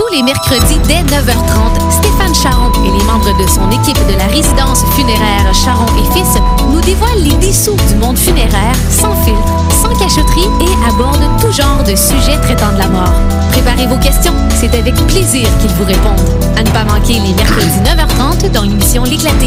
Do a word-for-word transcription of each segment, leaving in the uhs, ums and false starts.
Tous les mercredis dès neuf heures trente, Stéphane Charon et les membres de son équipe de la résidence funéraire Charon et Fils nous dévoilent les dessous du monde funéraire sans filtre, sans cachotterie et abordent tout genre de sujets traitant de la mort. Préparez vos questions, c'est avec plaisir qu'ils vous répondent. À ne pas manquer les mercredis neuf heures trente dans l'émission L'Éclaté.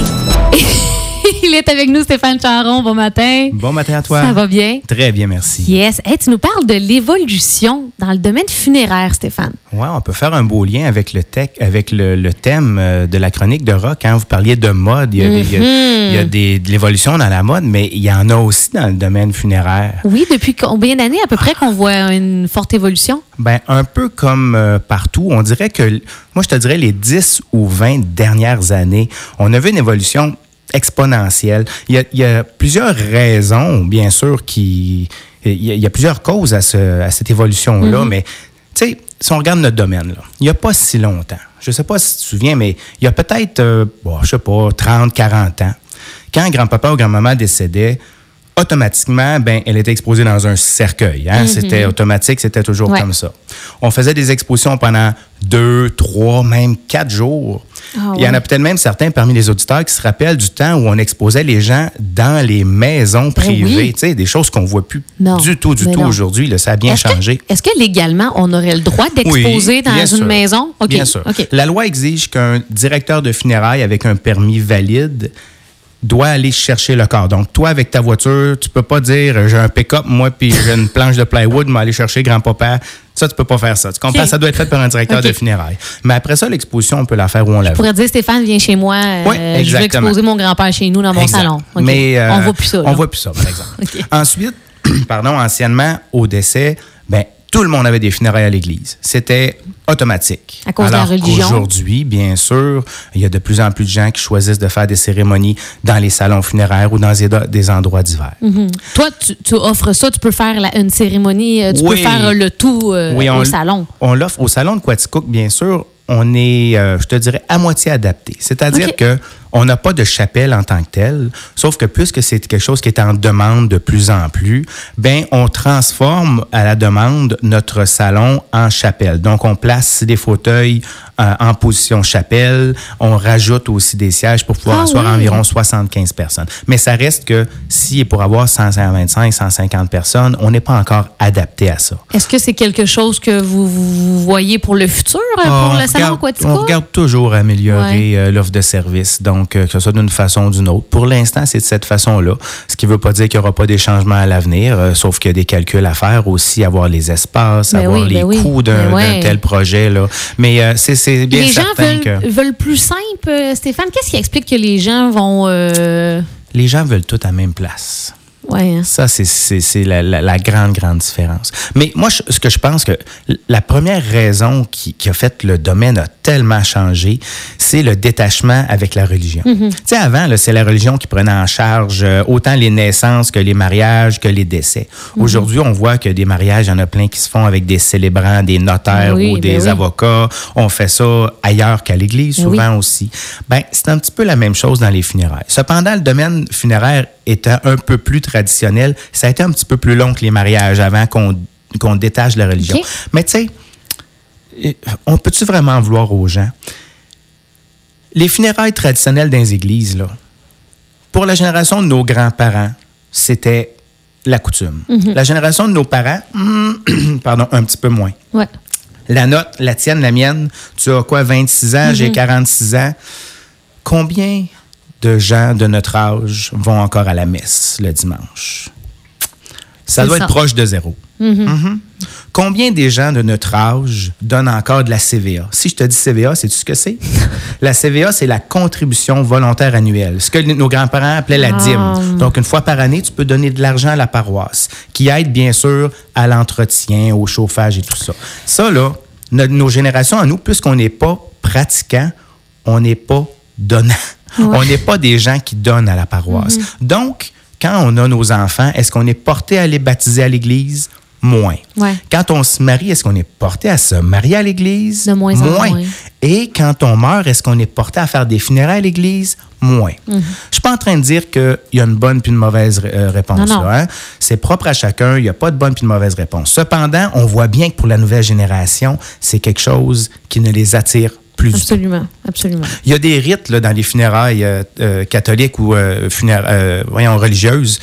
Il est avec nous, Stéphane Charon. Bon matin. Bon matin à toi. Ça va bien? Très bien, merci. Yes. Hey, tu nous parles de l'évolution dans le domaine funéraire, Stéphane. Oui, on peut faire un beau lien avec le, tech, avec le, le thème de la chronique de rock. Hein. Vous parliez de mode. Il y a, mm-hmm. il y a, il y a des, de l'évolution dans la mode, mais il y en a aussi dans le domaine funéraire. Oui, depuis combien d'années à peu près qu'on voit une forte évolution? Bien, un peu comme euh, partout. On dirait que, moi, je te dirais les dix ou vingt dernières années, on a vu une évolution exponentielle. Il y a, il y a plusieurs raisons, bien sûr, qui... Il y a, il y a plusieurs causes à, ce, à cette évolution-là, mm-hmm. mais, tu sais, si on regarde notre domaine, là, il n'y a pas si longtemps, je ne sais pas si tu te souviens, mais il y a peut-être, euh, bon, je ne sais pas, trente, quarante ans, quand grand-papa ou grand-maman décédait, automatiquement, ben, elle était exposée dans un cercueil. Hein? Mm-hmm. C'était automatique, c'était toujours ouais. comme ça. On faisait des expositions pendant deux, trois, même quatre jours. Ah, Il y ouais. en a peut-être même certains parmi les auditeurs qui se rappellent du temps où on exposait les gens dans les maisons privées. Ben oui. Tu sais, des choses qu'on ne voit plus non. du tout, du Mais tout non. aujourd'hui. Là, ça a bien est-ce changé. Que, est-ce que légalement, on aurait le droit d'exposer oui, dans une sûr. maison? Okay. Bien sûr. Okay. La loi exige qu'un directeur de funérailles avec un permis valide doit aller chercher le corps. Donc, toi, avec ta voiture, tu peux pas dire, j'ai un pick-up, moi, puis j'ai une planche de plywood, m'aller chercher grand-papa. Ça, tu peux pas faire ça. Tu comprends? Okay. Ça doit être fait par un directeur okay. de funérailles. Mais après ça, l'exposition, on peut la faire où on la veut. Je pourrais dire, Stéphane, viens chez moi. Euh, oui, exactement. Je veux exposer mon grand-père chez nous dans mon exact. salon. Okay. Mais euh, on voit plus ça. On voit plus ça, par exemple. okay. Ensuite, pardon, anciennement, au décès, ben tout le monde avait des funérailles à l'église. C'était automatique. À cause Alors de la religion. Aujourd'hui, bien sûr, il y a de plus en plus de gens qui choisissent de faire des cérémonies dans les salons funéraires ou dans des endroits divers. Mm-hmm. Toi, tu, tu offres ça, tu peux faire la, une cérémonie, tu oui. peux faire le tout euh, oui, on, au salon. On l'offre au salon de Quaticook, bien sûr. On est, euh, je te dirais, à moitié adapté. C'est-à-dire okay. que on n'a pas de chapelle en tant que telle, sauf que puisque c'est quelque chose qui est en demande de plus en plus, ben on transforme à la demande notre salon en chapelle. Donc, on place des fauteuils euh, en position chapelle, on rajoute aussi des sièges pour pouvoir ah, asseoir oui. environ soixante-quinze personnes. Mais ça reste que si pour avoir cent vingt-cinq, cent cinquante personnes, on n'est pas encore adapté à ça. Est-ce que c'est quelque chose que vous, vous voyez pour le futur, oh, pour le salon Quaticook? On regarde toujours améliorer ouais. euh, l'offre de service. Donc, que ce soit d'une façon ou d'une autre. Pour l'instant, c'est de cette façon-là, ce qui ne veut pas dire qu'il n'y aura pas des changements à l'avenir, euh, sauf qu'il y a des calculs à faire aussi, avoir les espaces, ben avoir oui, les ben coûts oui. d'un, ouais. d'un tel projet. Là. Mais euh, c'est, c'est bien les certain gens veulent, que... veulent plus simple, Stéphane. Qu'est-ce qui explique que les gens vont... Euh... Les gens veulent tout à la même place. Ouais, hein. Ça, c'est, c'est, c'est la, la, la grande, grande différence. Mais moi, je, ce que je pense que la première raison qui, qui a fait que le domaine a tellement changé, c'est le détachement avec la religion. Mm-hmm. Tu sais, avant, là, c'est la religion qui prenait en charge euh, autant les naissances que les mariages, que les décès. Mm-hmm. Aujourd'hui, on voit que des mariages, il y en a plein qui se font avec des célébrants, des notaires oui, ou des oui. avocats. On fait ça ailleurs qu'à l'église, souvent oui. aussi. Ben, c'est un petit peu la même chose dans les funérailles. Cependant, le domaine funéraire étant un peu plus traditionnel, ça a été un petit peu plus long que les mariages avant qu'on, qu'on détache la religion. Okay. Mais tu sais, on peut-tu vraiment vouloir aux gens? Les funérailles traditionnelles dans les églises, là, pour la génération de nos grands-parents, c'était la coutume. Mm-hmm. La génération de nos parents, pardon, un petit peu moins. Ouais. La nôtre, la tienne, la mienne, tu as quoi, vingt-six ans, mm-hmm. j'ai quarante-six ans. Combien de gens de notre âge vont encore à la messe le dimanche? Ça c'est doit ça. Être proche de zéro. Mm-hmm. Mm-hmm. Combien des gens de notre âge donnent encore de la C V A? Si je te dis C V A, sais-tu ce que c'est? La C V A, c'est la contribution volontaire annuelle, ce que nos grands-parents appelaient la dîme. Oh. Donc, une fois par année, tu peux donner de l'argent à la paroisse, qui aide bien sûr à l'entretien, au chauffage et tout ça. Ça, là, nos, nos générations à nous, puisqu'on n'est pas pratiquants, on n'est pas donnants. Ouais. On n'est pas des gens qui donnent à la paroisse. Mm-hmm. Donc, quand on a nos enfants, est-ce qu'on est porté à les baptiser à l'église? Moins. Ouais. Quand on se marie, est-ce qu'on est porté à se marier à l'Église? De moins en moins. Et quand on meurt, est-ce qu'on est porté à faire des funérailles à l'Église? Moins. Mm-hmm. Je ne suis pas en train de dire qu'il y a une bonne puis une mauvaise euh, réponse. Non, non. Là, hein? C'est propre à chacun. Il n'y a pas de bonne puis de mauvaise réponse. Cependant, on voit bien que pour la nouvelle génération, c'est quelque chose qui ne les attire plus absolument, du tout. Absolument. Il y a des rites là, dans les funérailles euh, euh, catholiques ou euh, funéra- euh, voyons, religieuses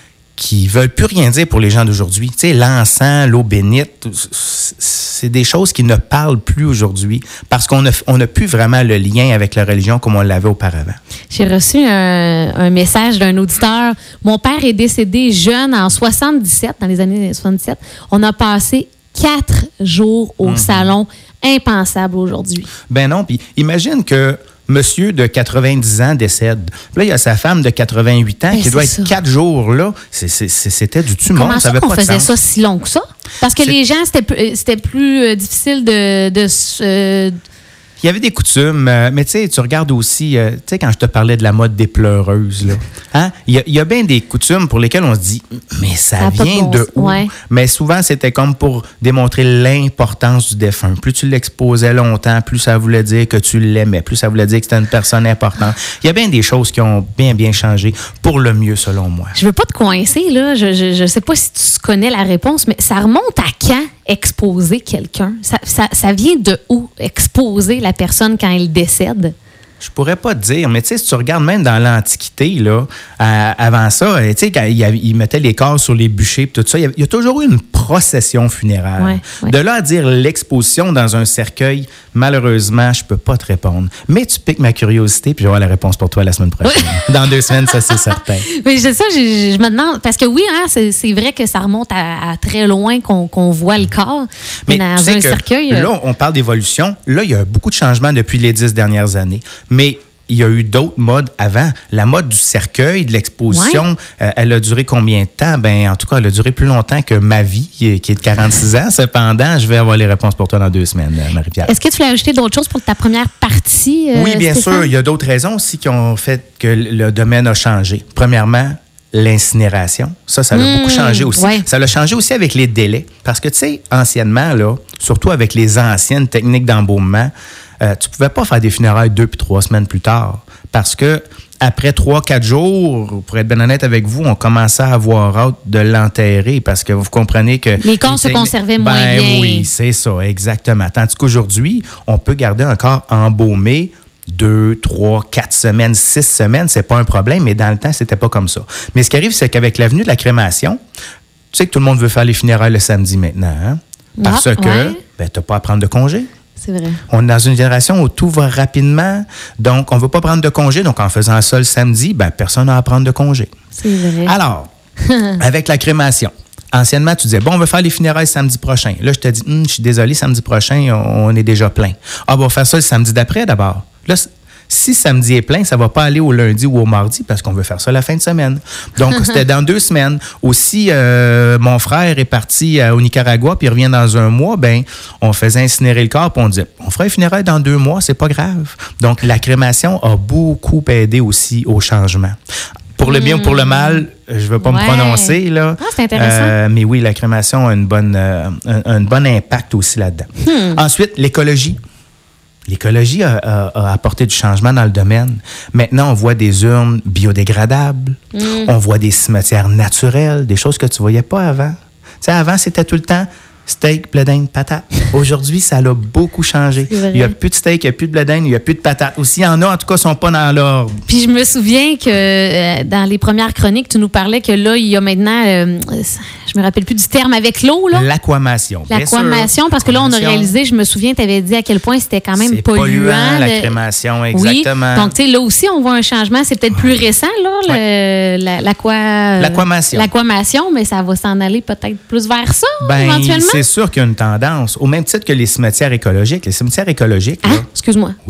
qui veulent plus rien dire pour les gens d'aujourd'hui. Tu sais, l'encens, l'eau bénite, c'est des choses qui ne parlent plus aujourd'hui parce qu'on n'a on a plus vraiment le lien avec la religion comme on l'avait auparavant. J'ai reçu un, un message d'un auditeur. Mon père est décédé jeune en soixante-dix-sept, dans les années soixante-dix-sept. On a passé quatre jours au mmh. salon. Impensable aujourd'hui. Ben non, puis imagine que monsieur de quatre-vingt-dix ans décède. Là, il y a sa femme de quatre-vingt-huit ans ben, qui doit ça. être quatre jours là. C'est, c'est, c'était du tumult. Comment ça, ça qu'on pas faisait de ça si long que ça? Parce que c'est... les gens, c'était, c'était plus euh, difficile de... de euh, il y avait des coutumes, euh, mais tu sais, tu regardes aussi, euh, tu sais, quand je te parlais de la mode des pleureuses, là, hein? Il y a, y a bien des coutumes pour lesquelles on se dit, mais ça, ça vient de où? Ouais. Mais souvent, c'était comme pour démontrer l'importance du défunt. Plus tu l'exposais longtemps, plus ça voulait dire que tu l'aimais, plus ça voulait dire que c'était une personne importante. Il y a bien des choses qui ont bien, bien changé pour le mieux, selon moi. Je veux pas te coincer, là. Je, je, je sais pas si tu connais la réponse, mais ça remonte à quand exposer quelqu'un? Ça, ça, ça vient de où, exposer la personne quand elle décède? Je pourrais pas te dire, mais tu sais, si tu regardes même dans l'Antiquité, là, euh, avant ça, tu sais, quand ils mettaient les corps sur les bûchers et tout ça, il y, y a toujours eu une procession funéraire. Ouais, ouais. De là à dire l'exposition dans un cercueil, malheureusement, je peux pas te répondre. Mais tu piques ma curiosité, puis je vais avoir la réponse pour toi la semaine prochaine. Dans deux semaines, ça, c'est certain. Mais c'est ça, je, je me demande, parce que oui, hein, c'est, c'est vrai que ça remonte à, à très loin qu'on, qu'on voit le corps. Mais, mais dans un cercueil... Là, on parle d'évolution. Là, il y a beaucoup de changements depuis les dix dernières années. Mais il y a eu d'autres modes avant. La mode du cercueil, de l'exposition, ouais. euh, elle a duré combien de temps? Ben, en tout cas, elle a duré plus longtemps que ma vie, qui est de quarante-six ans. Cependant, je vais avoir les réponses pour toi dans deux semaines, Marie-Pierre. Est-ce que tu voulais ajouter d'autres choses pour ta première partie? Euh, oui, bien Stéphane? sûr. Il y a d'autres raisons aussi qui ont fait que le domaine a changé. Premièrement, l'incinération. Ça, ça a mmh, beaucoup changé aussi. Ouais. Ça l'a changé aussi avec les délais. Parce que, tu sais, anciennement, là, surtout avec les anciennes techniques d'embaumement, euh, tu ne pouvais pas faire des funérailles deux puis trois semaines plus tard. Parce que après trois, quatre jours, pour être bien honnête avec vous, on commençait à avoir hâte de l'enterrer parce que vous comprenez que... Les corps se conservaient ben, moins bien. Oui, c'est ça, exactement. Tandis qu'aujourd'hui, on peut garder un corps embaumé deux, trois, quatre semaines, six semaines, c'est pas un problème, mais dans le temps, c'était pas comme ça. Mais ce qui arrive, c'est qu'avec l'avenue de la crémation, tu sais que tout le monde veut faire les funérailles le samedi maintenant, hein? Parce ah, que ouais. ben, tu n'as pas à prendre de congé. C'est vrai. On est dans une génération où tout va rapidement, donc on ne veut pas prendre de congé, donc en faisant ça le samedi, ben, personne n'a à prendre de congé. C'est vrai. Alors, avec la crémation, anciennement, tu disais, bon, on veut faire les funérailles samedi prochain. Là, je te dis, hm, je suis désolé, samedi prochain, on est déjà plein. Ah, bon, on va faire ça le samedi d'après d'abord. Là, si samedi est plein, ça ne va pas aller au lundi ou au mardi parce qu'on veut faire ça la fin de semaine. Donc, c'était dans deux semaines. Aussi, euh, mon frère est parti euh, au Nicaragua puis il revient dans un mois. Ben, on faisait incinérer le corps puis on disait, on fera un funérailles dans deux mois, c'est pas grave. Donc, la crémation a beaucoup aidé aussi au changement. Pour le bien ou pour le mal, je ne veux pas ouais. me prononcer, là. Ah, c'est intéressant. Euh, mais oui, la crémation a une bonne, euh, un, un bon impact aussi là-dedans. Hmm. Ensuite, l'écologie. L'écologie a, a, a apporté du changement dans le domaine. Maintenant, on voit des urnes biodégradables, mm. on voit des cimetières naturels, des choses que tu ne voyais pas avant. Tu sais, avant, c'était tout le temps steak, blé d'Inde, patate. Aujourd'hui, ça a beaucoup changé. Il n'y a plus de steak, il n'y a plus de blé d'Inde, il n'y a plus de patate. Aussi, il y en a, en tout cas, ne sont pas dans l'ordre. Puis je me souviens que euh, dans les premières chroniques, tu nous parlais que là, il y a maintenant, euh, je me rappelle plus du terme avec l'eau, là. L'aquamation. L'aquamation, parce que là, on a réalisé, je me souviens, tu avais dit à quel point c'était quand même c'est polluant. polluant, la crémation, exactement. Oui. Donc, tu sais, là aussi, on voit un changement. C'est peut-être plus récent, là, ouais. le, la, l'aqua, l'aquamation. L'aquamation, mais ça va s'en aller peut-être plus vers ça, ben, éventuellement. C'est sûr qu'il y a une tendance. Au même titre que les cimetières écologiques. Les cimetières écologiques, ah, là, excuse-moi. Oui.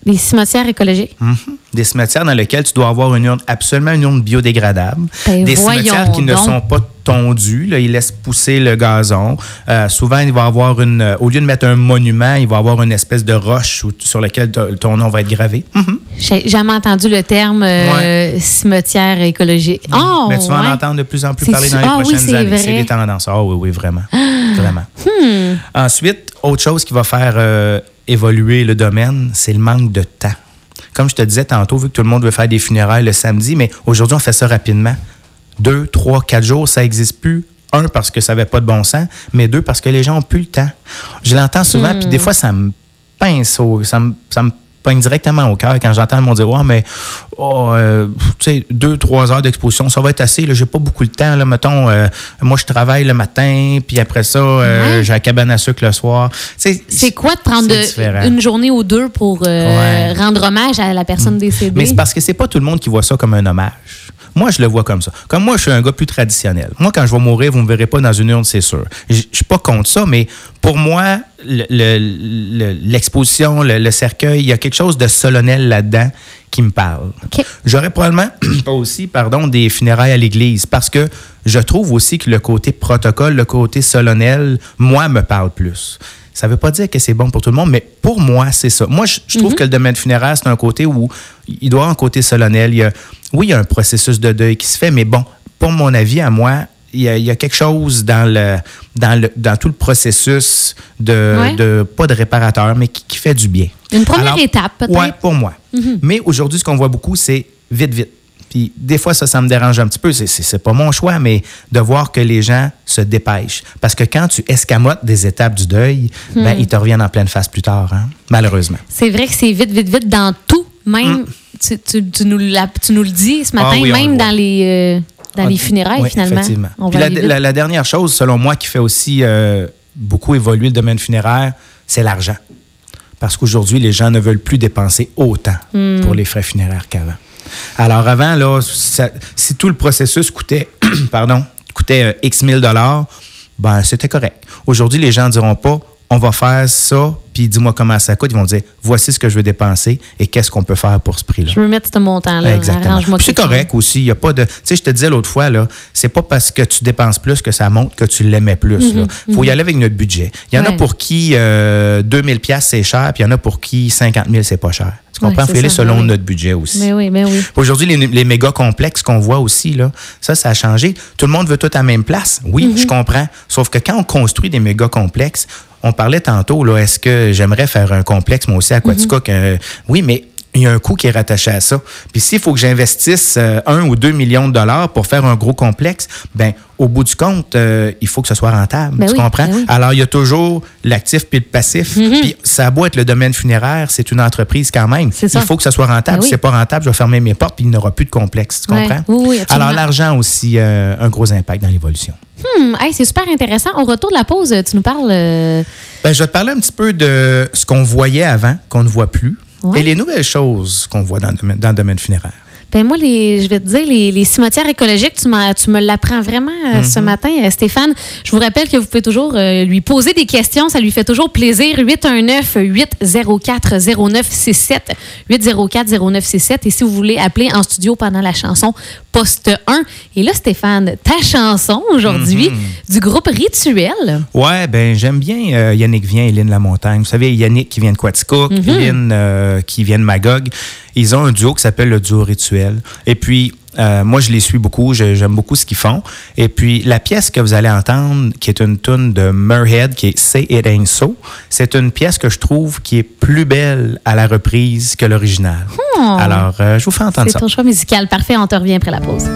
Des cimetières écologiques? Mm-hmm. Des cimetières dans lesquels tu dois avoir une urne, absolument une urne biodégradable. Ben, des cimetières qui donc. ne sont pas tondus. Là, ils laissent pousser le gazon. Euh, souvent, il va avoir une... Euh, au lieu de mettre un monument, il va avoir une espèce de roche où, sur laquelle ton nom va être gravé. Mm-hmm. J'ai jamais entendu le terme euh, ouais. cimetière écologique. Mm-hmm. Oh, Mais tu vas ouais. en entendre de plus en plus c'est parler su- dans les ah, prochaines oui, c'est années. vrai. C'est des tendances. Ah oui, oui, vraiment. Vraiment. Hmm. Ensuite, autre chose qui va faire euh, évoluer le domaine, c'est le manque de temps. Comme je te disais tantôt, vu que tout le monde veut faire des funérailles le samedi, mais aujourd'hui, on fait ça rapidement. Deux, trois, quatre jours, ça n'existe plus. Un, parce que ça n'avait pas de bon sens, mais deux, parce que les gens n'ont plus le temps. Je l'entends souvent, mm. puis des fois, ça me pince, au, ça me, ça me pogne directement au cœur quand j'entends le monde dire « Ouais, mais oh, euh, tu sais, deux, trois heures d'exposition, ça va être assez, là, j'ai pas beaucoup de temps. Là, mettons, euh, moi, je travaille le matin, puis après ça, euh, ouais. j'ai la cabane à sucre le soir. » C'est quoi de prendre de, une journée ou deux pour euh, ouais. rendre hommage à la personne mm. décédée? Mais c'est parce que c'est pas tout le monde qui voit ça comme un hommage. Moi, je le vois comme ça. Comme moi, je suis un gars plus traditionnel. Moi, quand je vais mourir, vous ne me verrez pas dans une urne, c'est sûr. Je ne suis pas contre ça, mais pour moi, le, le, le, l'exposition, le, le cercueil, il y a quelque chose de solennel là-dedans qui me parle. Okay. J'aurais probablement pas aussi, pardon, des funérailles à l'église parce que je trouve aussi que le côté protocole, le côté solennel, moi, me parle plus. Ça ne veut pas dire que c'est bon pour tout le monde, mais pour moi, c'est ça. Moi, je, je trouve mm-hmm. que le domaine funéraire, c'est un côté où il doit avoir un côté solennel. Il y a, oui, il y a un processus de deuil qui se fait, mais bon, pour mon avis, à moi, il y a, il y a quelque chose dans le, dans le dans tout le processus de, ouais. de pas de réparateur, mais qui, qui fait du bien. Une première Alors, étape, peut-être. Oui, pour moi. Mm-hmm. Mais aujourd'hui, ce qu'on voit beaucoup, c'est vite, vite. Puis des fois, ça, ça me dérange un petit peu. C'est, c'est, c'est pas mon choix, mais de voir que les gens se dépêchent. Parce que quand tu escamotes des étapes du deuil, hmm. ben, ils te reviennent en pleine face plus tard, hein? Malheureusement. C'est vrai que c'est vite, vite, vite dans tout. Même, hmm. tu, tu, tu, nous la, tu nous le dis ce matin, ah oui, même dans les, euh, dans ah, les funérailles, oui, finalement. Effectivement. On Puis la, la, la dernière chose, selon moi, qui fait aussi euh, beaucoup évoluer le domaine funéraire, c'est l'argent. Parce qu'aujourd'hui, les gens ne veulent plus dépenser autant hmm. pour les frais funéraires qu'avant. Alors avant, là, ça, si tout le processus coûtait, pardon, coûtait euh, X mille dollars, ben c'était correct. Aujourd'hui, les gens ne diront pas, on va faire ça, puis dis-moi comment ça coûte. Ils vont dire, voici ce que je veux dépenser et qu'est-ce qu'on peut faire pour ce prix-là. Je veux mettre ce montant-là. Exactement. Puis c'est correct chose. Aussi. Il y a pas de. Tu sais, je te disais l'autre fois, là, c'est pas parce que tu dépenses plus que ça montre que tu l'aimais plus. Il mm-hmm, faut mm-hmm. y aller avec notre budget. Il y en ouais. a pour qui euh, deux mille dollars c'est cher, puis il y en a pour qui cinquante mille c'est pas cher. Tu comprends? Il faut y aller selon oui. notre budget aussi. Mais oui, mais oui. Aujourd'hui, les, les méga complexes qu'on voit aussi, là, ça, ça a changé. Tout le monde veut tout à la même place. Oui, mm-hmm. je comprends. Sauf que quand on construit des méga complexes, on parlait tantôt, là, est-ce que j'aimerais faire un complexe, moi aussi, à Quaticook? Mm-hmm. Euh, oui, mais il y a un coût qui est rattaché à ça. Puis s'il faut que j'investisse euh, un ou deux millions de dollars pour faire un gros complexe, ben au bout du compte, euh, il faut que ce soit rentable. Ben tu oui, comprends? Ben oui. Alors, il y a toujours l'actif puis le passif. Mm-hmm. Puis ça a beau être le domaine funéraire, c'est une entreprise quand même. Il faut que ça soit rentable. Ben oui. Si c'est pas rentable, je vais fermer mes portes puis il n'y aura plus de complexe. Tu comprends? Ouais. Oui, oui, alors, l'argent aussi, euh, un gros impact dans l'évolution. Hmm, hey, c'est super intéressant. Au retour de la pause, tu nous parles... Euh... Ben, je vais te parler un petit peu de ce qu'on voyait avant, qu'on ne voit plus, ouais. et les nouvelles choses qu'on voit dans le domaine, dans le domaine funéraire. Ben moi, les, je vais te dire, les, les cimetières écologiques, tu, tu me l'apprends vraiment euh, mm-hmm. ce matin, euh, Stéphane. Je vous rappelle que vous pouvez toujours euh, lui poser des questions. Ça lui fait toujours plaisir. huit un neuf, huit zéro quatre, zéro neuf six sept. huit zéro quatre, zéro neuf six sept. Et si vous voulez appeler en studio pendant la chanson, poste un. Et là, Stéphane, ta chanson aujourd'hui mm-hmm. du groupe Rituel. Ouais, ben j'aime bien euh, Yannick Vient et Lynn Lamontagne. Vous savez, Yannick qui vient de Quaticook, mm-hmm. Lynn euh, qui vient de Magog. Ils ont un duo qui s'appelle le duo Rituel. Et puis, euh, moi, je les suis beaucoup. Je, j'aime beaucoup ce qu'ils font. Et puis, la pièce que vous allez entendre, qui est une tune de Murhead, qui est Say It Ain't So, c'est une pièce que je trouve qui est plus belle à la reprise que l'original. Oh. Alors, euh, je vous fais entendre c'est ça. C'est ton choix musical. Parfait. On te revient après la pause.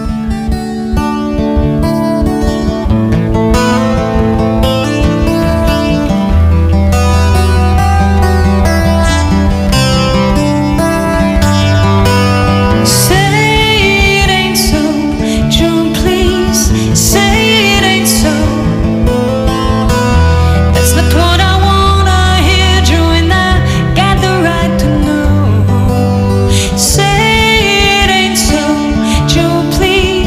Say it ain't so, Joe, please.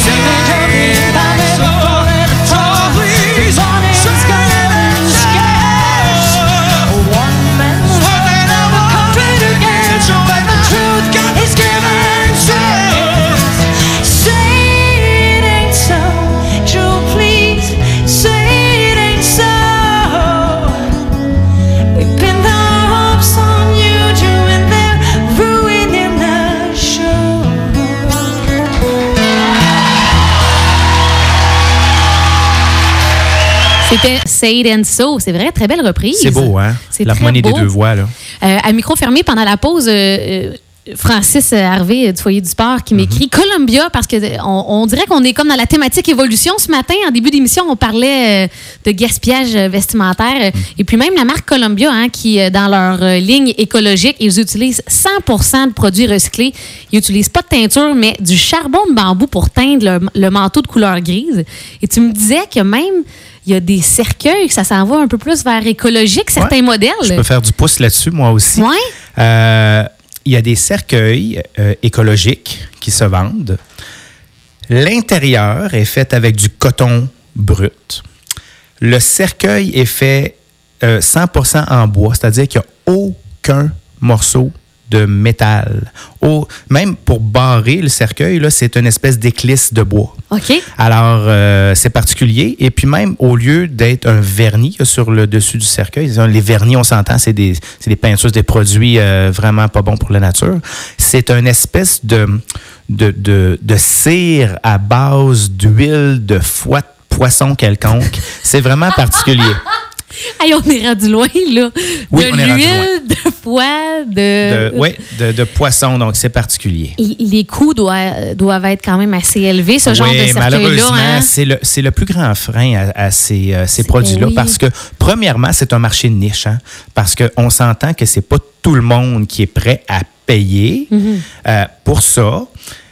C'était Say It and So. C'est vrai, très belle reprise. C'est beau, hein? C'est l'harmonie des deux voix, là. Euh, à micro fermé, pendant la pause, euh, Francis Harvey du Foyer du Sport qui m'écrit mm-hmm. Columbia, parce qu'on on dirait qu'on est comme dans la thématique évolution. Ce matin, en début d'émission, on parlait euh, de gaspillage vestimentaire. Mm. Et puis même la marque Columbia, hein, qui, dans leur euh, ligne écologique, ils utilisent cent pour cent de produits recyclés. Ils n'utilisent pas de teinture, mais du charbon de bambou pour teindre le, le manteau de couleur grise. Et tu me disais que même... il y a des cercueils, ça s'en va un peu plus vers écologique, certains ouais. modèles. Je peux faire du pouce là-dessus, moi aussi. Oui. Euh, il y a des cercueils euh, écologiques qui se vendent. L'intérieur est fait avec du coton brut. Le cercueil est fait euh, cent pour cent en bois, c'est-à-dire qu'il n'y a aucun morceau de métal. Au, même pour barrer le cercueil, là, c'est une espèce d'éclisse de bois. OK. Alors, euh, c'est particulier. Et puis même, au lieu d'être un vernis sur le dessus du cercueil, les vernis, on s'entend, c'est des, c'est des peintures, des produits euh, vraiment pas bons pour la nature. C'est une espèce de, de, de, de cire à base d'huile de foie de poisson quelconque. C'est vraiment particulier. Hey, on est rendu loin, là. Oui, de on est rendu loin. l'huile, de foie, de... de oui, de, de poisson, donc c'est particulier. Les coûts doivent, doivent être quand même assez élevés, ce oui, genre de cercueil-là. Malheureusement, hein? c'est, le, c'est le plus grand frein à, à ces, euh, ces produits-là oui. parce que, premièrement, c'est un marché de niche, hein, parce qu'on s'entend que c'est pas tout le monde qui est prêt à payer mm-hmm. euh, pour ça.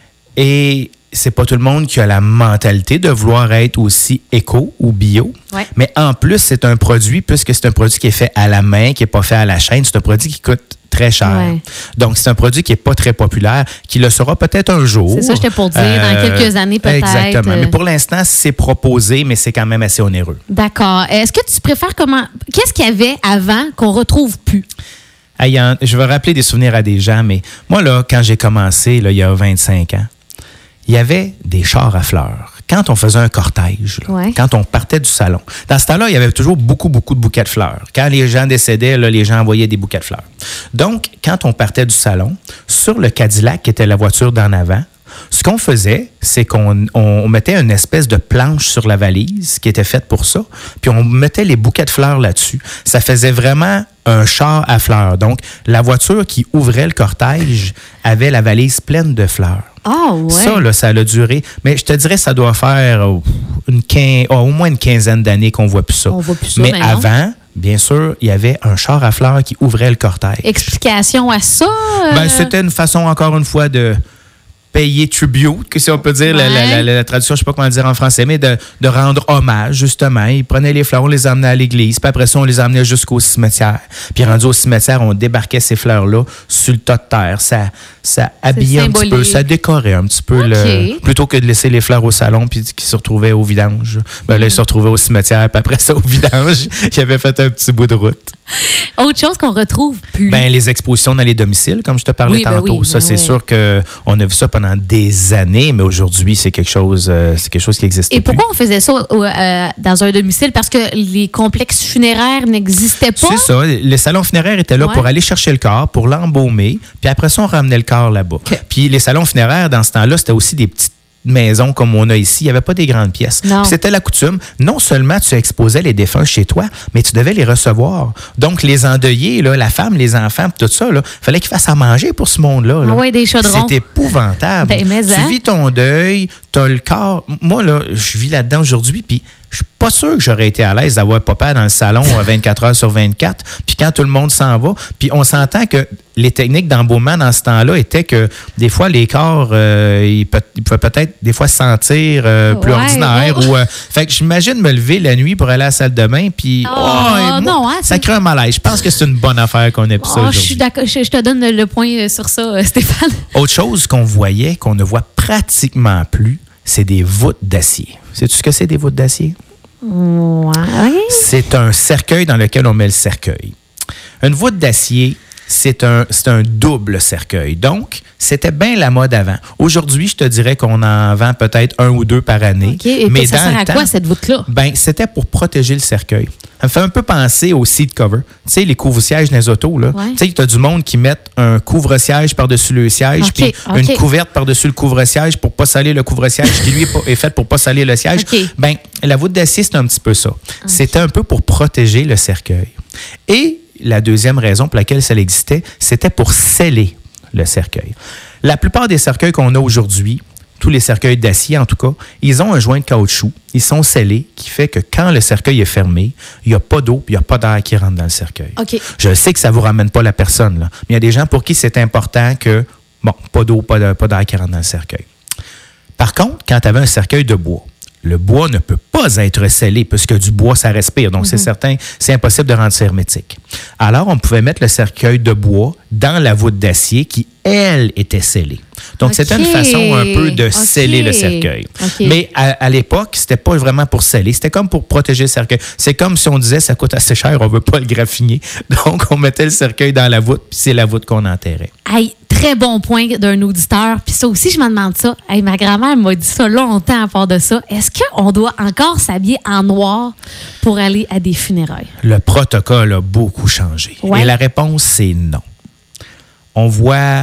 Et... c'est pas tout le monde qui a la mentalité de vouloir être aussi éco ou bio. Ouais. Mais en plus, c'est un produit, puisque c'est un produit qui est fait à la main, qui n'est pas fait à la chaîne, c'est un produit qui coûte très cher. Ouais. Donc, c'est un produit qui n'est pas très populaire, qui le sera peut-être un jour. C'est ça, j'étais pour dire, euh, dans quelques années peut-être. Exactement. Mais pour l'instant, c'est proposé, mais c'est quand même assez onéreux. D'accord. Est-ce que tu préfères comment... Qu'est-ce qu'il y avait avant qu'on retrouve plus? Hey, je vais rappeler des souvenirs à des gens, mais moi, là, quand j'ai commencé, là, il y a vingt-cinq ans, il y avait des chars à fleurs. Quand on faisait un cortège, là, ouais. quand on partait du salon, dans ce temps-là, il y avait toujours beaucoup, beaucoup de bouquets de fleurs. Quand les gens décédaient, là, les gens envoyaient des bouquets de fleurs. Donc, quand on partait du salon, sur le Cadillac, qui était la voiture d'en avant, ce qu'on faisait, c'est qu'on on mettait une espèce de planche sur la valise qui était faite pour ça, puis on mettait les bouquets de fleurs là-dessus. Ça faisait vraiment un char à fleurs. Donc, la voiture qui ouvrait le cortège avait la valise pleine de fleurs. Oh, ouais. Ça, là, ça a duré. Mais je te dirais, ça doit faire oh, une quinze, oh, au moins une quinzaine d'années qu'on ne voit plus ça. On voit plus ça, mais maintenant. Avant, bien sûr, il y avait un char à fleurs qui ouvrait le cortège. Explication à ça? Euh... Ben, c'était une façon, encore une fois, de payer tribute, que si on peut dire, ouais. la, la, la, la traduction, je ne sais pas comment le dire en français, mais de, de rendre hommage, justement. Ils prenaient les fleurs, on les emmenait à l'église, puis après ça, on les emmenait jusqu'au cimetière. Puis rendu au cimetière, on débarquait ces fleurs-là sur le tas de terre. Ça, ça habillait un petit peu, ça décorait un petit peu, okay. le, plutôt que de laisser les fleurs au salon puis qu'ils se retrouvaient au vidange. Ben là, ils se retrouvaient au cimetière, puis après ça, au vidange, ils avaient fait un petit bout de route. Autre chose qu'on retrouve plus. Ben, les expositions dans les domiciles, comme je te parlais oui, tantôt. Ben oui, ça, ben c'est oui. sûr qu'on a vu ça pendant des années, mais aujourd'hui, c'est quelque chose, euh, c'est quelque chose qui existe. Et pourquoi plus. On faisait ça euh, dans un domicile? Parce que les complexes funéraires n'existaient pas? C'est ça. Les salons funéraires étaient là ouais. pour aller chercher le corps, pour l'embaumer, puis après ça, on ramenait le corps là-bas. Okay. Puis les salons funéraires, dans ce temps-là, c'était aussi des petites maison comme on a ici, il n'y avait pas des grandes pièces. Puis c'était la coutume. Non seulement tu exposais les défunts chez toi, mais tu devais les recevoir. Donc, les endeuillés, là, la femme, les enfants, tout ça, il fallait qu'ils fassent à manger pour ce monde-là. Là. Ah ouais, des chaudrons. C'est épouvantable. Ben, mais tu hein? vis ton deuil, tu as le corps. Moi, là, je vis là-dedans aujourd'hui, puis je suis pas sûr que j'aurais été à l'aise d'avoir papa dans le salon vingt-quatre heures sur vingt-quatre, puis quand tout le monde s'en va. Puis on s'entend que les techniques d'embaumement dans ce temps-là étaient que des fois, les corps, euh, ils, peut, ils pouvaient peut-être des fois se sentir euh, plus ouais, ordinaires. oh. Ou, euh, fait que j'imagine me lever la nuit pour aller à la salle de bain, puis oh, oh, moi, non, hein, ça crée un malaise. Je pense que c'est une bonne affaire qu'on ait pour oh, ça aujourd'hui. Je suis d'accord. Je, je te donne le point sur ça, Stéphane. Autre chose qu'on voyait, qu'on ne voit pratiquement plus, c'est des voûtes d'acier. Sais-tu ce que c'est des voûtes d'acier? Ouais. C'est un cercueil dans lequel on met le cercueil. Une voûte d'acier, c'est un, c'est un double cercueil. Donc, c'était bien la mode avant. Aujourd'hui, je te dirais qu'on en vend peut-être un ou deux par année. OK. Et mais ça dans sert le à temps, quoi, cette voûte-là? Ben, c'était pour protéger le cercueil. Ça me fait un peu penser au seat cover. Tu sais, les couvre-sièges dans les autos, là. Ouais. Tu sais, tu as du monde qui met un couvre-siège par-dessus le siège, OK, puis OK. une couverte par-dessus le couvre-siège pour pas salir le couvre-siège, qui lui est, pas- est fait pour pas salir le siège. OK. Ben, la voûte d'acier, c'est un petit peu ça. C'était un peu pour protéger le cercueil. Et la deuxième raison pour laquelle ça existait, c'était pour sceller le cercueil. La plupart des cercueils qu'on a aujourd'hui, tous les cercueils d'acier en tout cas, ils ont un joint de caoutchouc. Ils sont scellés, qui fait que quand le cercueil est fermé, il n'y a pas d'eau puis il n'y a pas d'air qui rentre dans le cercueil. OK. Je sais que ça ne vous ramène pas la personne, là, mais il y a des gens pour qui c'est important que, bon, pas d'eau, pas de- pas d'air qui rentre dans le cercueil. Par contre, quand tu avais un cercueil de bois, le bois ne peut pas être scellé puisque du bois, ça respire. Donc, c'est certain, c'est impossible de rendre ça hermétique. Alors, on pouvait mettre le cercueil de bois dans la voûte d'acier qui, elle, était scellée. Donc, OK. c'était une façon un peu de OK. sceller le cercueil. OK. Mais à, à l'époque, c'était pas vraiment pour sceller. C'était comme pour protéger le cercueil. C'est comme si on disait, ça coûte assez cher, on veut pas le graffiner. Donc, on mettait le cercueil dans la voûte, puis c'est la voûte qu'on enterrait. Hey, très bon point d'un auditeur. Puis ça aussi, je me demande ça. Hey, ma grand-mère m'a dit ça longtemps à part de ça. Est-ce qu'on doit encore s'habiller en noir pour aller à des funérailles? Le protocole a beaucoup changé. Ouais. Et la réponse, c'est non. On voit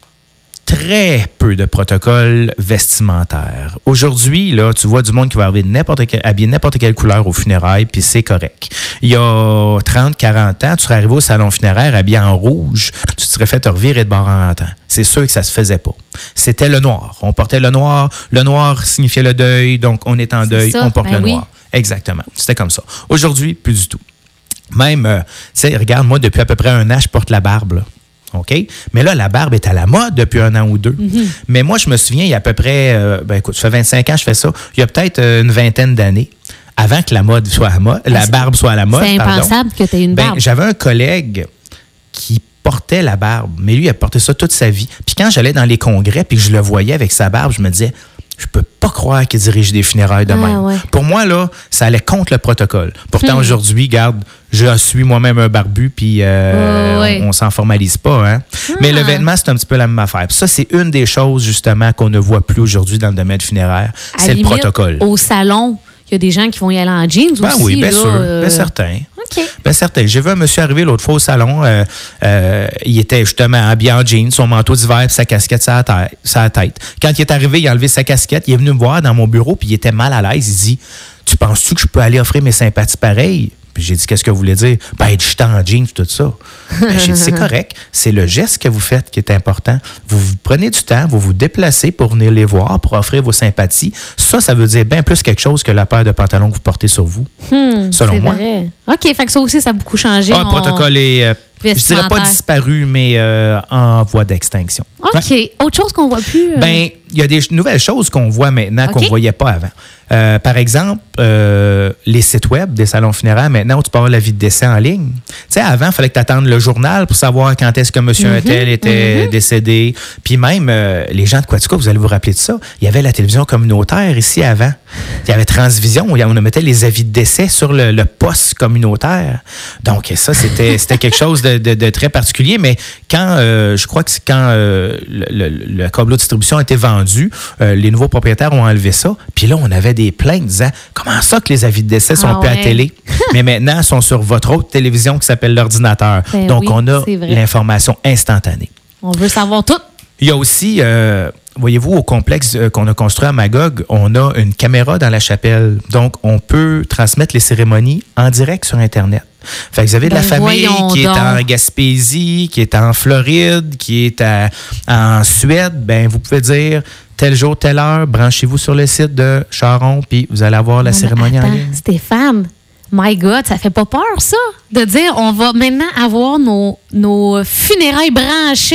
très peu de protocoles vestimentaires. Aujourd'hui, là, tu vois du monde qui va arriver n'importe quel, habiller n'importe quelle couleur aux funérailles, puis c'est correct. Il y a trente, quarante ans, tu serais arrivé au salon funéraire habillé en rouge, tu te serais fait te revirer de bord en rentrant. C'est sûr que ça se faisait pas. C'était le noir. On portait le noir. Le noir signifiait le deuil, donc on est en C'est deuil, ça, on porte ben le oui. noir. Exactement. C'était comme ça. Aujourd'hui, plus du tout. Même, euh, tu sais, regarde, moi, depuis à peu près un an, je porte la barbe, là. OK? Mais là, la barbe est à la mode depuis un an ou deux. Mm-hmm. Mais moi, je me souviens, il y a à peu près, euh, ben écoute, ça fait vingt-cinq ans que je fais ça, il y a peut-être euh, une vingtaine d'années, avant que la mode soit à la mode, la c'est- barbe soit à la mode. C'est pardon. impensable que tu aies une Ben, barbe. j'avais un collègue qui portait la barbe, mais lui, il a porté ça toute sa vie. Puis quand j'allais dans les congrès puis que je le voyais avec sa barbe, je me disais, je peux pas croire qu'il dirige des funérailles de Ah, même. ouais. Pour moi, là, ça allait contre le protocole. Pourtant, Hmm. aujourd'hui, garde, je suis moi-même un barbu, puis euh, Ouais, ouais. on, on s'en formalise pas. Hein? Mais le vêtement, c'est un petit peu la même affaire. Puis ça, c'est une des choses, justement, qu'on ne voit plus aujourd'hui dans le domaine funéraire. À C'est le limite, protocole. Au salon, il y a des gens qui vont y aller en jeans Ben aussi. oui, bien là, sûr, euh, bien certain. OK. Bien certain. J'ai vu un monsieur arriver l'autre fois au salon. euh, euh, il était justement habillé en jeans, son manteau d'hiver puis sa casquette sur la, tête, sur la tête. Quand il est arrivé, il a enlevé sa casquette. Il est venu me voir dans mon bureau puis il était mal à l'aise. Il dit, tu penses-tu que je peux aller offrir mes sympathies pareilles? Puis j'ai dit, qu'est-ce que vous voulez dire? Ben, être jeté en jeans, tout ça. Ben, j'ai dit, c'est correct. C'est le geste que vous faites qui est important. Vous, vous prenez du temps, vous vous déplacez pour venir les voir, pour offrir vos sympathies. Ça, ça veut dire bien plus quelque chose que la paire de pantalons que vous portez sur vous, Hmm, selon c'est moi. vrai. OK, fait que ça aussi, ça a beaucoup changé. Ah, le On- protocole est, euh, je dirais pas vestimentaire. disparu, mais euh, en voie d'extinction. OK. Ouais. Autre chose qu'on voit plus. euh, Ben, il y a des nouvelles choses qu'on voit maintenant qu'on OK. ne voyait pas avant. Euh, par exemple, euh, les sites web des salons funéraires, maintenant, où tu peux avoir la vie de décès en ligne. Tu sais, avant, il fallait que tu attendes le journal pour savoir quand est-ce que monsieur un tel était décédé. Puis même, euh, les gens de Quatico, vous allez vous rappeler de ça, il y avait la télévision communautaire ici avant. Il y avait Transvision, où on mettait les avis de décès sur le, le poste communautaire. Donc, ça, c'était c'était quelque chose de, de- de très particulier. Mais quand, euh, je crois que c'est quand euh, le, le, le câble de distribution a été vendu, euh, les nouveaux propriétaires ont enlevé ça. Puis là, on avait des plaintes disant, comment ça que les avis de décès sont Ah plus à ouais. télé? Mais maintenant, ils sont sur votre autre télévision qui s'appelle l'ordinateur. Ben Donc, oui, on a c'est vrai. l'information instantanée. On veut savoir tout. Il y a aussi, euh, voyez-vous, au complexe euh, qu'on a construit à Magog, on a une caméra dans la chapelle. Donc, on peut transmettre les cérémonies en direct sur Internet. Fait que vous avez de la Ben, famille voyons qui est donc. en Gaspésie, qui est en Floride, qui est à- en Suède. Ben, vous pouvez dire tel jour, telle heure, branchez-vous sur le site de Charon, puis vous allez avoir la Non, mais cérémonie en attends, ligne. Stéphane, my God, ça fait pas peur, ça? De dire, on va maintenant avoir nos, nos funérailles branchées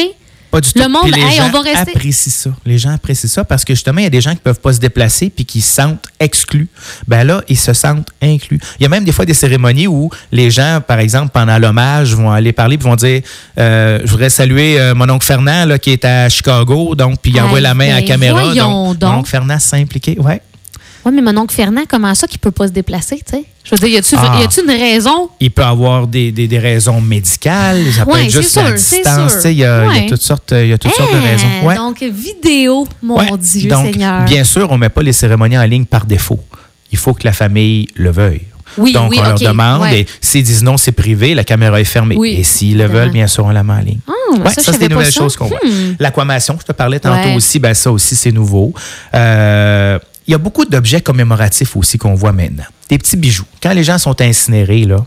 Pas du tout. Le monde, Puis les hey, gens on va rester... apprécient ça. Les gens apprécient ça parce que justement, il y a des gens qui ne peuvent pas se déplacer puis qui se sentent exclus. Ben là, ils se sentent inclus. Il y a même des fois des cérémonies où les gens, par exemple, pendant l'hommage, vont aller parler et vont dire euh, je voudrais saluer euh, mon oncle Fernand là, qui est à Chicago, donc puis il envoie la main à la caméra. Donc, donc. Mon oncle Fernand s'est impliqué. Ouais. Oui, mais mon oncle Fernand, comment ça qu'il ne peut pas se déplacer, tu sais? Je veux dire, y a-tu, ah, y a-tu une raison? Il peut avoir des, des, des raisons médicales, ça peut ouais, être juste sûr, la distance, tu sais, il y a, ouais. y a toutes sortes, il y a toutes hey, sortes de raisons. Ouais. Donc, vidéo, mon ouais. Dieu donc, Seigneur. Bien sûr, on ne met pas les cérémonies en ligne par défaut. Il faut que la famille le veuille. Oui, donc, oui, on okay. leur demande, ouais. et s'ils disent non, c'est privé, la caméra est fermée. Oui, et s'ils le veulent, bien sûr, on la met en ligne. Oh, ouais, ça, ça c'est des nouvelles ça. choses qu'on hmm. voit. L'aquamation, je te parlais tantôt ouais. aussi, ben ça aussi, c'est nouveau. Euh, Il y a beaucoup d'objets commémoratifs aussi qu'on voit maintenant. Des petits bijoux. Quand les gens sont incinérés, là,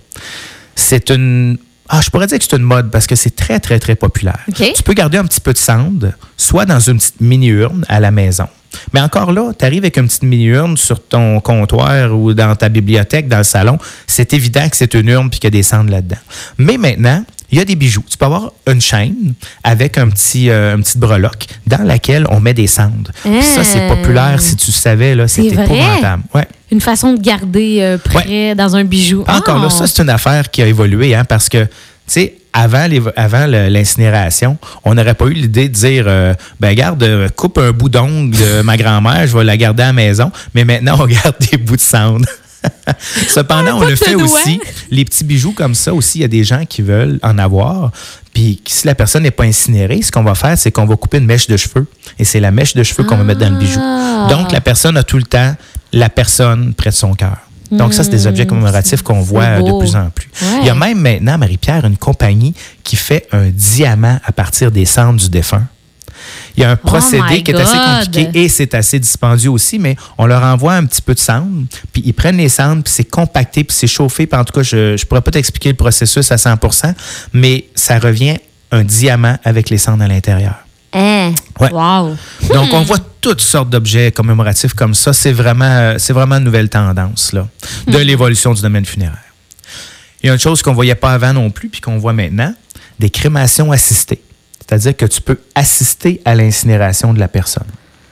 c'est une... Ah, je pourrais dire que c'est une mode parce que c'est très, très, très populaire. Okay. Tu peux garder un petit peu de cendre, soit dans une petite mini-urne à la maison. Mais encore là, tu arrives avec une petite mini-urne sur ton comptoir ou dans ta bibliothèque, dans le salon. C'est évident que c'est une urne puis qu'il y a des cendres là-dedans. Mais maintenant, il y a des bijoux. Tu peux avoir une chaîne avec un petit, euh, une petite breloque dans laquelle on met des cendres. Mmh. Ça, c'est populaire. Si tu savais, là, c'est épouvantable. Ouais. Une façon de garder euh, près ouais. dans un bijou. Encore oh. là, ça, c'est une affaire qui a évolué, hein, parce que, tu sais, avant, les, avant le, l'incinération, on n'aurait pas eu l'idée de dire euh, ben garde, coupe un bout d'ongle de ma grand-mère, je vais la garder à la maison. Mais maintenant, on garde des bouts de cendre. Cependant, on le fait aussi. Les petits bijoux comme ça aussi, il y a des gens qui veulent en avoir. Puis si la personne n'est pas incinérée, ce qu'on va faire, c'est qu'on va couper une mèche de cheveux. Et c'est la mèche de cheveux qu'on va mettre dans le bijou. Donc, la personne a tout le temps la personne près de son cœur. Donc, ça, c'est des objets commémoratifs qu'on voit de plus en plus. Ouais. Il y a même maintenant, Marie-Pierre, une compagnie qui fait un diamant à partir des cendres du défunt. Il y a un procédé oh qui est assez compliqué et c'est assez dispendieux aussi, mais on leur envoie un petit peu de cendre, puis ils prennent les cendres, puis c'est compacté, puis c'est chauffé. Puis en tout cas, je ne pourrais pas t'expliquer le processus à cent pour cent, mais ça revient un diamant avec les cendres à l'intérieur. Hein? Ouais. Wow! Donc, on voit toutes sortes d'objets commémoratifs comme ça. C'est vraiment, c'est vraiment une nouvelle tendance là, de hmm. l'évolution du domaine funéraire. Il y a une chose qu'on ne voyait pas avant non plus, puis qu'on voit maintenant, des crémations assistées. C'est-à-dire que tu peux assister à l'incinération de la personne.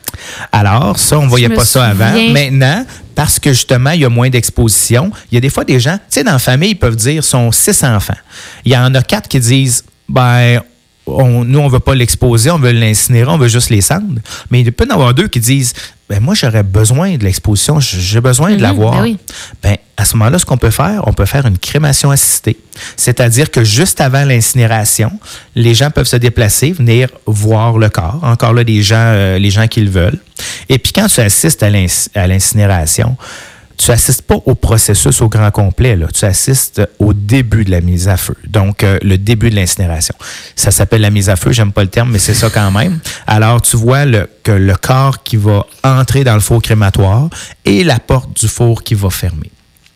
Alors, ça, on ne voyait pas ça avant. Maintenant, parce que justement, il y a moins d'exposition, il y a des fois des gens, tu sais, dans la famille, ils peuvent dire, sont six enfants. Il y en a quatre qui disent, ben, on, nous, on ne veut pas l'exposer, on veut l'incinérer, on veut juste les cendres. Mais il peut y en avoir deux qui disent, ben moi, j'aurais besoin de l'exposition, j'ai besoin mm-hmm, de l'avoir. Ben oui. Ben, à ce moment-là, ce qu'on peut faire, on peut faire une crémation assistée. C'est-à-dire que juste avant l'incinération, les gens peuvent se déplacer, venir voir le corps. Encore là, les gens, euh, les gens qui le veulent. Et puis, quand tu assistes à, l'inc- à l'incinération, tu assistes pas au processus au grand complet, là. Tu assistes au début de la mise à feu. Donc, euh, le début de l'incinération. Ça s'appelle la mise à feu, j'aime pas le terme, mais c'est ça quand même. Alors, tu vois le, que le corps qui va entrer dans le four crématoire et la porte du four qui va fermer.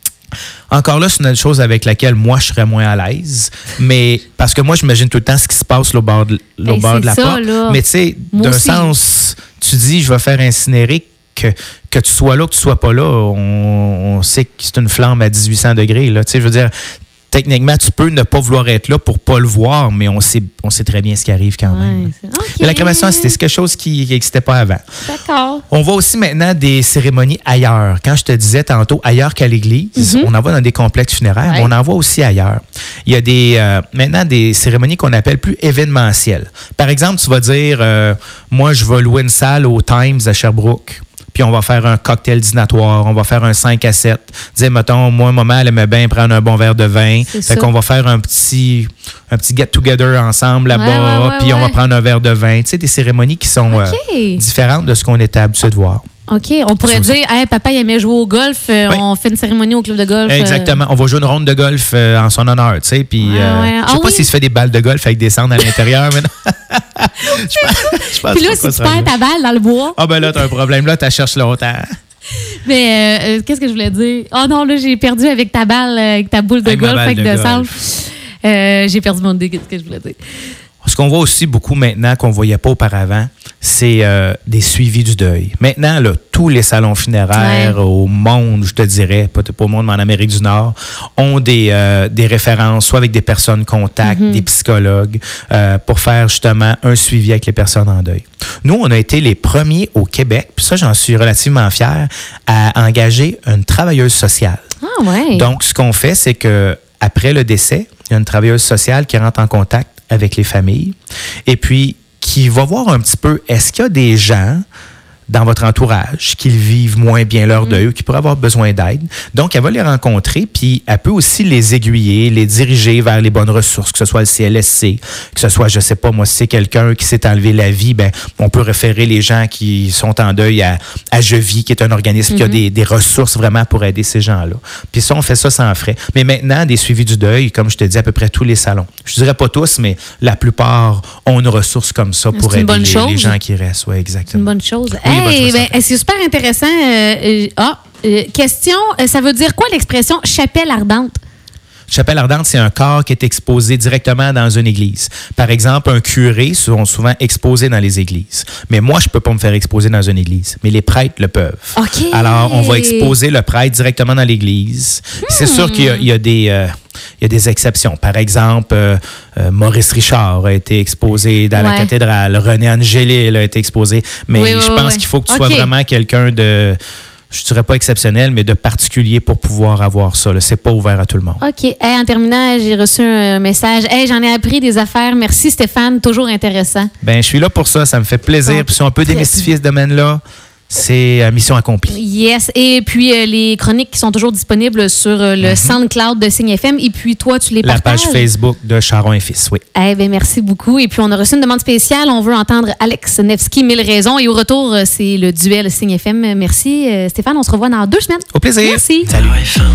Encore là, c'est une chose avec laquelle moi, je serais moins à l'aise. Mais parce que moi, j'imagine tout le temps ce qui se passe au bord de, au bord de la ça, porte. Là. Mais tu sais, d'un aussi. Sens, tu dis, je vais faire incinérer. Que, que tu sois là, que tu sois pas là, on, on sait que c'est une flamme à dix-huit cents degrés. Là. Tu sais, je veux dire, techniquement, tu peux ne pas vouloir être là pour pas le voir, mais on sait, on sait très bien ce qui arrive quand ouais, même. Okay. Mais la crémation, c'était quelque chose qui n'existait pas avant. D'accord. On voit aussi maintenant des cérémonies ailleurs. Quand je te disais tantôt, ailleurs qu'à l'église, mm-hmm. on en voit dans des complexes funéraires, ouais. mais on en voit aussi ailleurs. Il y a des, euh, maintenant des cérémonies qu'on appelle plus événementielles. Par exemple, tu vas dire, euh, moi, je vais louer une salle au Times à Sherbrooke. Puis on va faire un cocktail dînatoire, on va faire un cinq à sept. Dis, mettons, moi, maman, elle aimait bien prendre un bon verre de vin. C'est fait ça. Qu'on va faire un petit, un petit get-together ensemble là-bas, ouais, ouais, ouais, puis ouais. on va prendre un verre de vin. Tu sais, des cérémonies qui sont okay. euh, différentes de ce qu'on était habitué de voir. OK. On pourrait dire, hey, papa, il aimait jouer au golf, euh, oui. on fait une cérémonie au club de golf. Exactement. Euh... On va jouer une ronde de golf euh, en son honneur, tu sais. Puis, ouais, euh, ouais. je sais ah, pas oui. s'il se fait des balles de golf avec des cendres à l'intérieur, mais non. je pense, je pense Puis là, si tu perds ta balle dans le bois. Ah, ben là, t'as un problème. Là, tu la cherches longtemps. Mais euh, qu'est-ce que je voulais dire? Oh non, là, j'ai perdu avec ta balle, avec ta boule de avec golf, avec de, de sable. Euh, j'ai perdu mon idée. Qu'est-ce que je voulais dire? Ce qu'on voit aussi beaucoup maintenant, qu'on ne voyait pas auparavant, c'est euh, des suivis du deuil. Maintenant, là, tous les salons funéraires ouais. au monde, je te dirais, pas, pas au monde, mais en Amérique du Nord, ont des, euh, des références, soit avec des personnes contacts, mm-hmm. des psychologues, euh, pour faire justement un suivi avec les personnes en deuil. Nous, on a été les premiers au Québec, puis ça, j'en suis relativement fier, à engager une travailleuse sociale. Ah ouais. Donc, ce qu'on fait, c'est que après le décès, il y a une travailleuse sociale qui rentre en contact avec les familles, et puis qui va voir un petit peu, est-ce qu'il y a des gens dans votre entourage qui vivent moins bien leur deuil, mmh. qui pourraient avoir besoin d'aide. Donc, elle va les rencontrer, puis elle peut aussi les aiguiller, les diriger vers les bonnes ressources, que ce soit le C L S C, que ce soit, je sais pas, moi, si c'est quelqu'un qui s'est enlevé la vie, ben, on peut référer les gens qui sont en deuil à, à Je Vis, qui est un organisme mmh. qui a des, des ressources vraiment pour aider ces gens-là. Puis ça, on fait ça sans frais. Mais maintenant, des suivis du deuil, comme je te dis, à peu près tous les salons. Je dirais pas tous, mais la plupart ont une ressource comme ça pour aider les, les gens qui restent. Oui, exactement. C'est une bonne chose. Oui, hey, ben, c'est super intéressant. Euh, ah, euh, question, ça veut dire quoi l'expression « chapelle ardente » ? Chapelle ardente, c'est un corps qui est exposé directement dans une église. Par exemple, un curé sont souvent exposés dans les églises. Mais moi, je ne peux pas me faire exposer dans une église. Mais les prêtres le peuvent. Okay. Alors, on va exposer le prêtre directement dans l'église. Hmm. C'est sûr qu'il y a, il y a des... Euh, Il y a des exceptions. Par exemple, euh, euh, Maurice Richard a été exposé dans ouais. la cathédrale. René Angélil a été exposé. Mais oui, je oui, pense oui. qu'il faut que tu okay. sois vraiment quelqu'un de... je dirais pas exceptionnel, mais de particulier pour pouvoir avoir ça. C'est pas ouvert à tout le monde. OK. Hey, en terminant, j'ai reçu un message. Hey, j'en ai appris des affaires. Merci Stéphane, toujours intéressant. Ben, je suis là pour ça. Ça me fait plaisir. Bon, puis si on peut démystifier ce domaine-là, c'est euh, mission accomplie. Yes. Et puis, euh, les chroniques qui sont toujours disponibles sur euh, le mm-hmm. SoundCloud de Signe F M. Et puis, toi, tu les La partages? La page Facebook de Charon et Fils, oui. Eh bien, merci beaucoup. Et puis, on a reçu une demande spéciale. On veut entendre Alex Nevsky, Mille raisons. Et au retour, c'est le duel Signe F M. Merci, euh, Stéphane. On se revoit dans deux semaines. Au plaisir. Merci. Salut.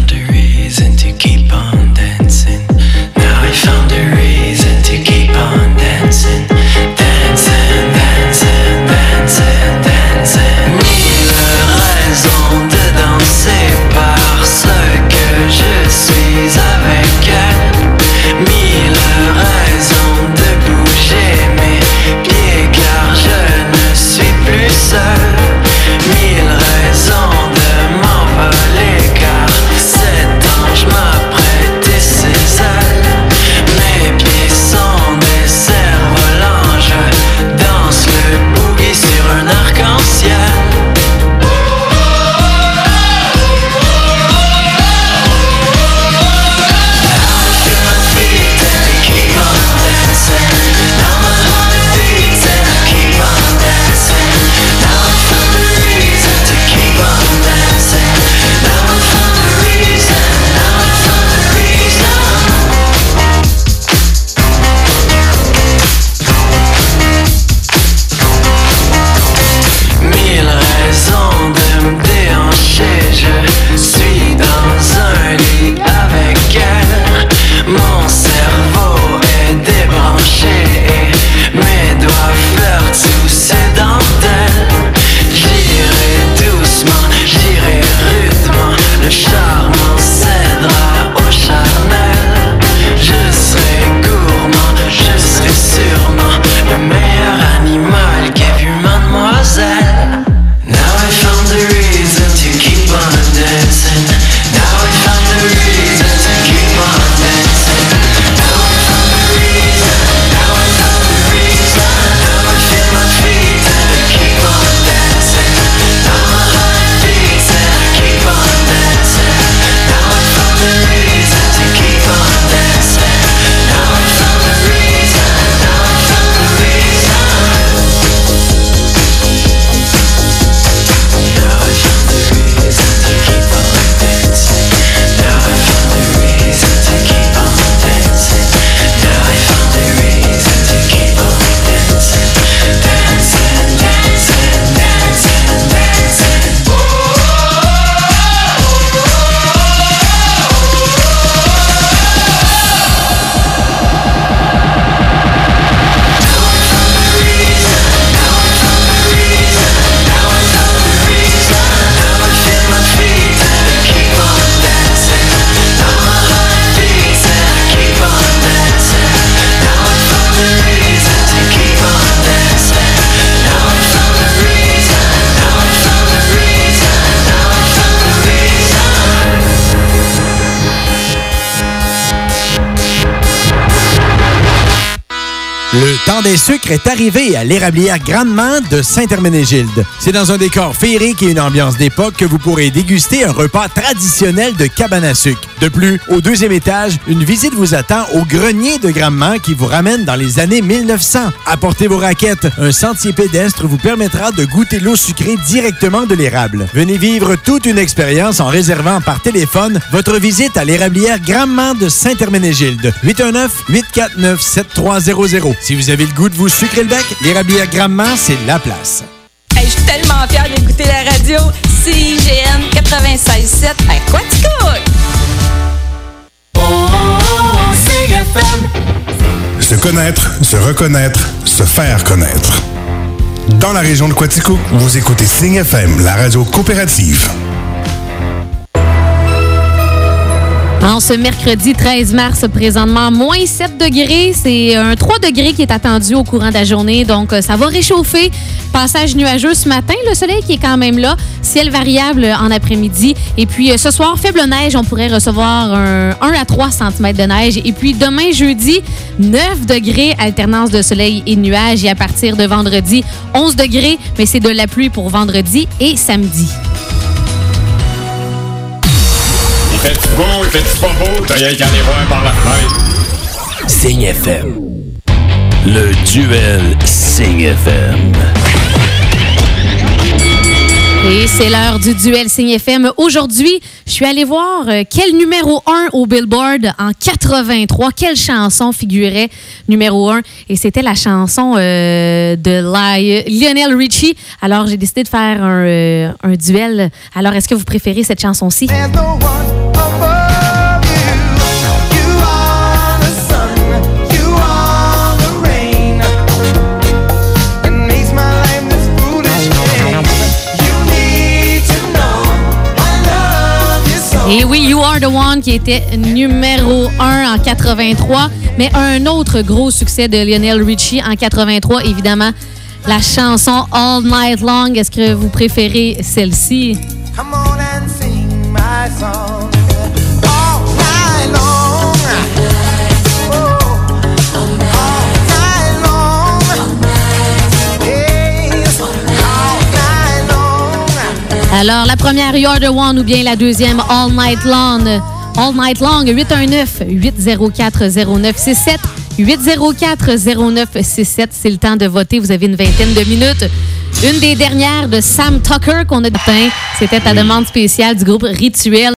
Parce que je suis avec elle, mille raisons de bouger mes pieds car je ne suis plus seul, mille raisons de m'envoler car cet ange m'apprête Le temps des sucres est arrivé à l'érablière Grandement de Saint-Herménégilde. C'est dans un décor féerique et une ambiance d'époque que vous pourrez déguster un repas traditionnel de cabane à sucre. De plus, au deuxième étage, une visite vous attend au grenier de Grandement qui vous ramène dans les années mille neuf cents. Apportez vos raquettes. Un sentier pédestre vous permettra de goûter l'eau sucrée directement de l'érable. Venez vivre toute une expérience en réservant par téléphone votre visite à l'érablière Grandement de Saint-Herménégilde. huit un neuf, huit quatre neuf, sept trois zéro zéro. Si vous avez le goût de vous sucrer le bec, l'érablière Grandement, c'est la place. Hey, je suis tellement fière d'écouter la radio. C I G N quatre-vingt-seize sept à Quaticook. Oh, C F M. Se connaître, se reconnaître, se faire connaître. Dans la région de Quaticook, vous écoutez Signe F M, la radio coopérative. En ce mercredi treize mars, présentement, moins sept degrés. C'est un trois degrés qui est attendu au courant de la journée. Donc, ça va réchauffer. Passage nuageux ce matin. Le soleil qui est quand même là. Ciel variable en après-midi. Et puis, ce soir, faible neige. On pourrait recevoir un un à trois centimètres de neige. Et puis, demain, jeudi, neuf degrés, alternance de soleil et nuages. Et à partir de vendredi, onze degrés. Mais c'est de la pluie pour vendredi et samedi. Il fait-tu beau, il fait-tu pas beau? T'as rien qu'à aller voir par la fenêtre. Signe F M. Le duel Signe F M. Et c'est l'heure du duel Signe F M. Aujourd'hui, je suis allée voir euh, quel numéro un au Billboard en quatre-vingt-trois. Quelle chanson figurait numéro un? Et c'était la chanson euh, de Li- Lionel Richie. Alors, j'ai décidé de faire un, euh, un duel. Alors, est-ce que vous préférez cette chanson-ci? Et oui, You Are the One qui était numéro un en quatre-vingt-trois, mais un autre gros succès de Lionel Richie en quatre-vingt-trois, évidemment, la chanson All Night Long. Est-ce que vous préférez celle-ci? Come on and sing my song. All night long. Oh, all night long. Yes, all night long. Alors, la première, You Are the One, ou bien la deuxième, All Night Long. All Night Long, huit un neuf, huit zéro quatre, zéro neuf six sept. huit zéro quatre, zéro neuf six sept. C'est le temps de voter. Vous avez une vingtaine de minutes. Une des dernières de Sam Tucker qu'on a déteint. C'était ta demande spéciale du groupe Rituel.